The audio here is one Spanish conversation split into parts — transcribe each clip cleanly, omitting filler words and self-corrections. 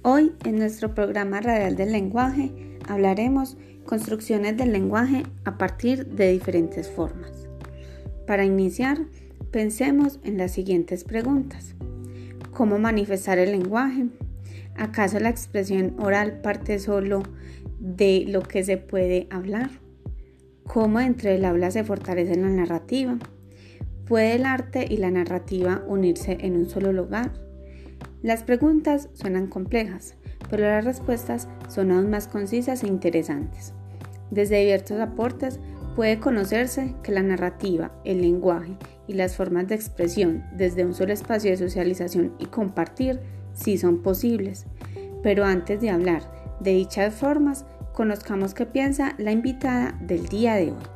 Hoy en nuestro programa radial del lenguaje hablaremos construcciones del lenguaje a partir de diferentes formas. Para iniciar, pensemos en las siguientes preguntas. ¿Cómo manifestar el lenguaje? ¿Acaso la expresión oral parte solo de lo que se puede hablar? ¿Cómo dentro del habla se fortalece la narrativa? ¿Puede el arte y la narrativa unirse en un solo lugar? Las preguntas suenan complejas, pero las respuestas son aún más concisas e interesantes. Desde diversos aportes puede conocerse que la narrativa, el lenguaje y las formas de expresión desde un solo espacio de socialización y compartir sí son posibles. Pero antes de hablar de dichas formas, conozcamos qué piensa la invitada del día de hoy.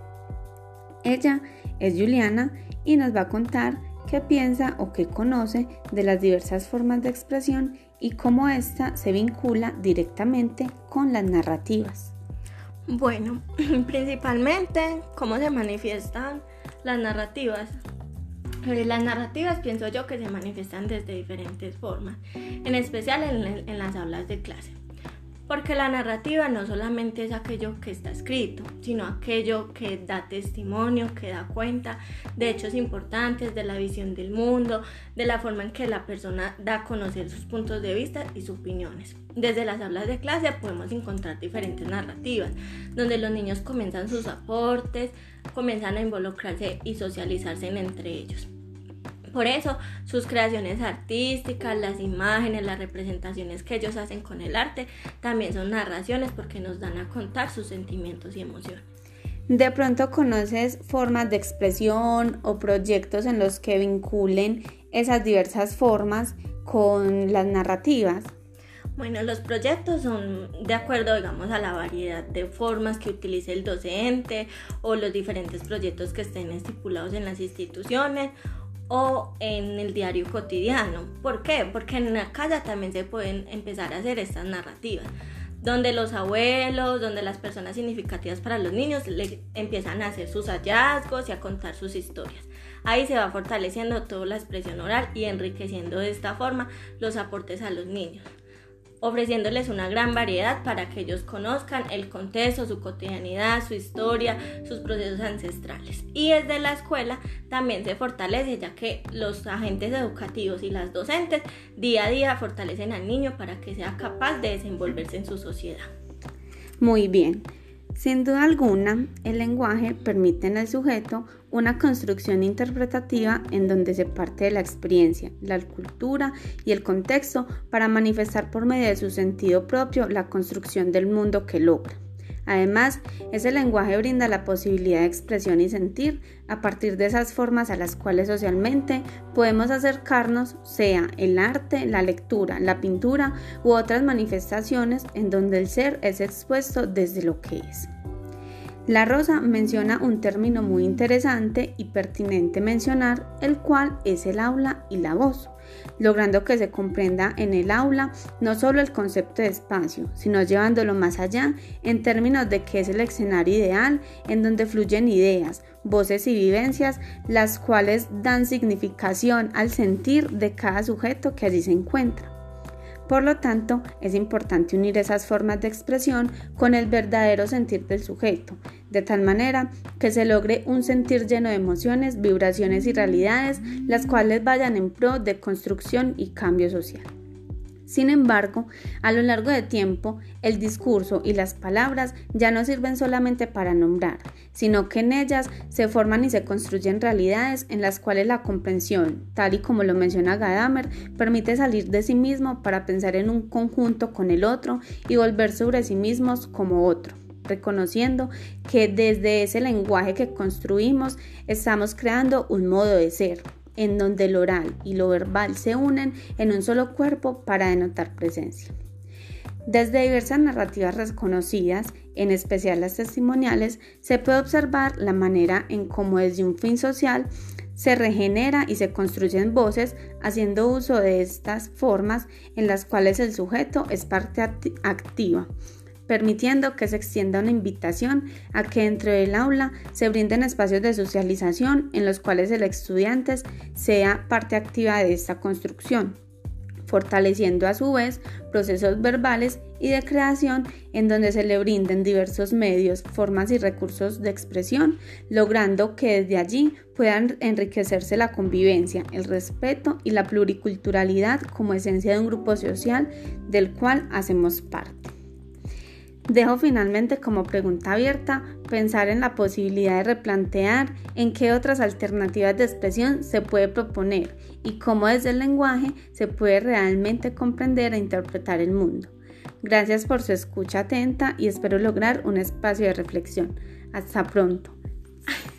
Ella es Juliana y nos va a contar qué piensa o qué conoce de las diversas formas de expresión y cómo ésta se vincula directamente con las narrativas. Bueno, principalmente, ¿cómo se manifiestan las narrativas? Las narrativas pienso yo que se manifiestan desde diferentes formas, en especial en las aulas de clase. Porque la narrativa no solamente es aquello que está escrito, sino aquello que da testimonio, que da cuenta de hechos importantes, de la visión del mundo, de la forma en que la persona da a conocer sus puntos de vista y sus opiniones. Desde las aulas de clase podemos encontrar diferentes narrativas, donde los niños comienzan sus aportes, comienzan a involucrarse y socializarse entre ellos. Por eso, sus creaciones artísticas, las imágenes, las representaciones que ellos hacen con el arte, también son narraciones porque nos dan a contar sus sentimientos y emociones. ¿De pronto conoces formas de expresión o proyectos en los que vinculen esas diversas formas con las narrativas? Bueno, los proyectos son de acuerdo, digamos, a la variedad de formas que utilice el docente o los diferentes proyectos que estén estipulados en las instituciones o en el diario cotidiano. ¿Por qué? Porque en la casa también se pueden empezar a hacer estas narrativas, donde los abuelos, donde las personas significativas para los niños le empiezan a hacer sus hallazgos y a contar sus historias. Ahí se va fortaleciendo toda la expresión oral y enriqueciendo de esta forma los aportes a los niños, ofreciéndoles una gran variedad para que ellos conozcan el contexto, su cotidianidad, su historia, sus procesos ancestrales. Y desde la escuela también se fortalece, ya que los agentes educativos y las docentes día a día fortalecen al niño para que sea capaz de desenvolverse en su sociedad. Muy bien. Sin duda alguna, el lenguaje permite en el sujeto una construcción interpretativa en donde se parte de la experiencia, la cultura y el contexto para manifestar por medio de su sentido propio la construcción del mundo que logra. Además, ese lenguaje brinda la posibilidad de expresión y sentir a partir de esas formas a las cuales socialmente podemos acercarnos, sea el arte, la lectura, la pintura u otras manifestaciones en donde el ser es expuesto desde lo que es. La Rosa menciona un término muy interesante y pertinente mencionar, el cual es el aula y la voz, logrando que se comprenda en el aula no solo el concepto de espacio, sino llevándolo más allá en términos de que es el escenario ideal en donde fluyen ideas, voces y vivencias, las cuales dan significación al sentir de cada sujeto que allí se encuentra. Por lo tanto, es importante unir esas formas de expresión con el verdadero sentir del sujeto, de tal manera que se logre un sentir lleno de emociones, vibraciones y realidades, las cuales vayan en pro de construcción y cambio social. Sin embargo, a lo largo del tiempo, el discurso y las palabras ya no sirven solamente para nombrar, sino que en ellas se forman y se construyen realidades en las cuales la comprensión, tal y como lo menciona Gadamer, permite salir de sí mismo para pensar en un conjunto con el otro y volver sobre sí mismos como otro, reconociendo que desde ese lenguaje que construimos estamos creando un modo de ser, en donde el oral y lo verbal se unen en un solo cuerpo para denotar presencia. Desde diversas narrativas reconocidas, en especial las testimoniales, se puede observar la manera en cómo desde un fin social se regenera y se construyen voces haciendo uso de estas formas en las cuales el sujeto es parte activa, permitiendo que se extienda una invitación a que dentro del aula se brinden espacios de socialización en los cuales el estudiante sea parte activa de esta construcción. fortaleciendo a su vez procesos verbales y de creación en donde se le brinden diversos medios, formas y recursos de expresión, logrando que desde allí puedan enriquecerse la convivencia, el respeto y la pluriculturalidad como esencia de un grupo social del cual hacemos parte. Dejo finalmente como pregunta abierta pensar en la posibilidad de replantear en qué otras alternativas de expresión se puede proponer y cómo desde el lenguaje se puede realmente comprender e interpretar el mundo. Gracias por su escucha atenta y espero lograr un espacio de reflexión. Hasta pronto.